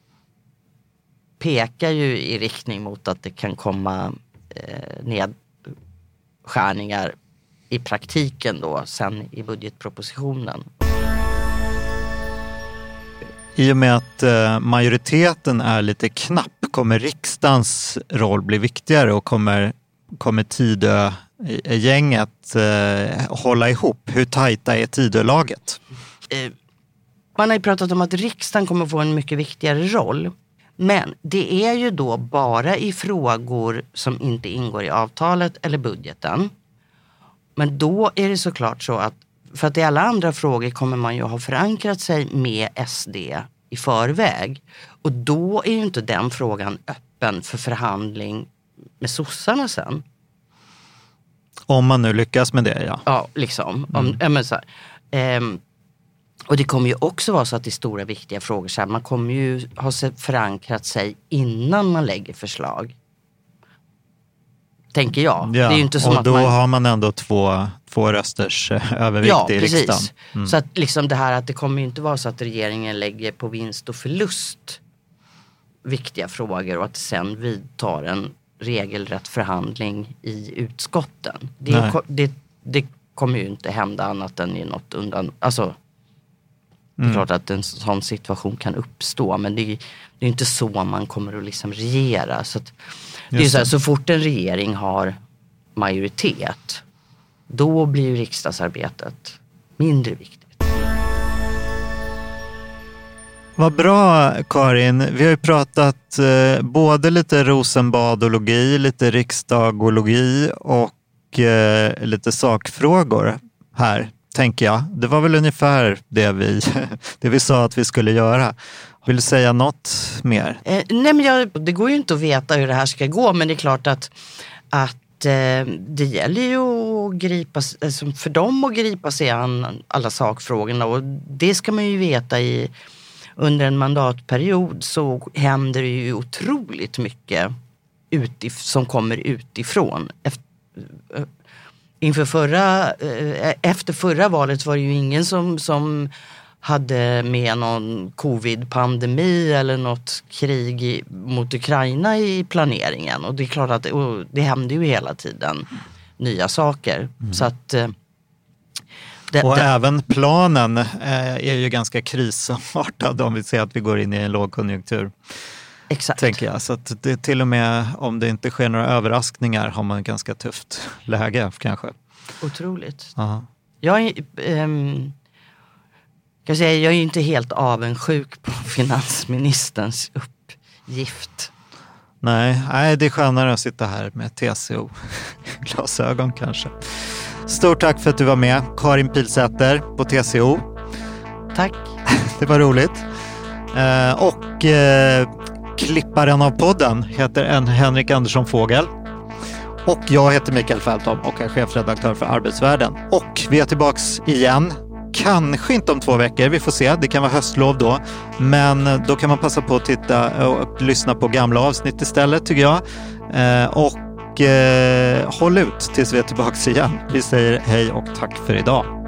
pekar ju i riktning mot att det kan komma eh, nedskärningar i praktiken då sen i budgetpropositionen. I och med att eh, majoriteten är lite knapp kommer riksdagens roll bli viktigare, och kommer, kommer Tidö-gänget eh, hålla ihop. Hur tajta är Tidö-laget? Eh, man har ju pratat om att riksdagen kommer få en mycket viktigare roll. Men det är ju då bara i frågor som inte ingår i avtalet eller budgeten. Men då är det såklart så att, för att i alla andra frågor kommer man ju ha förankrat sig med S D i förväg. Och då är ju inte den frågan öppen för förhandling med sossarna sen. Om man nu lyckas med det, ja. Ja, liksom. Om, mm. ja, men så här, ehm, och det kommer ju också vara så att i stora viktiga frågor så här, man kommer ju ha förankrat sig innan man lägger förslag. Tänker jag. Ja, det är ju inte som och att då man... har man ändå två, två rösters övervikt ja, i precis. riksdagen. Mm. Så att liksom det här att det kommer ju inte vara så att regeringen lägger på vinst och förlust viktiga frågor och att sen vidtar en regelrätt förhandling i utskotten. Det, det, det kommer ju inte hända annat än i något undan... Alltså, Det är klart att en sån situation kan uppstå, men det är, det är inte så man kommer att liksom regera. Så att, det är så här, så fort en regering har majoritet, då blir ju riksdagsarbetet mindre viktigt. Vad bra, Karin. Vi har ju pratat eh, både lite Rosenbadologi, lite riksdagologi och eh, lite sakfrågor här, tänker jag. Det var väl ungefär det vi, det vi sa att vi skulle göra. Vill du säga något mer? Eh, nej, men jag, det går ju inte att veta hur det här ska gå, men det är klart att, att eh, det gäller ju att gripa, alltså för dem att gripa sig an alla sakfrågorna, och det ska man ju veta i under en mandatperiod så händer det ju otroligt mycket utif- som kommer utifrån. Efter, inför förra, efter förra valet var det ju ingen som, som hade med någon covid-pandemi eller något krig i, mot Ukraina i planeringen. Och det är klart att och det händer ju hela tiden nya saker. Mm. Så att... Det, och det. även planen eh, är ju ganska krisartad om vi ser att vi går in i en lågkonjunktur. Exakt. Tänker jag. Så att det, till och med om det inte sker några överraskningar har man ett ganska tufft läge kanske. Otroligt. Aha. Jag är, ähm, kan säga, jag är inte helt avundsjuk på finansministerns uppgift. Nej, nej, det är skönare att sitta här med T C O-glasögon kanske. Stort tack för att du var med, Karin Pilsäter på T C O. Tack. Det var roligt. Eh, och eh, klipparen av podden heter en Henrik Andersson Fågel. Och jag heter Mikael Fältholm och är chefredaktör för Arbetsvärlden. Och vi är tillbaks igen. Kanske inte om två veckor, vi får se. Det kan vara höstlov då. Men då kan man passa på att titta och lyssna på gamla avsnitt istället, tycker jag. Eh, och eh, håll ut tills vi är tillbaka igen. Vi säger hej och tack för idag.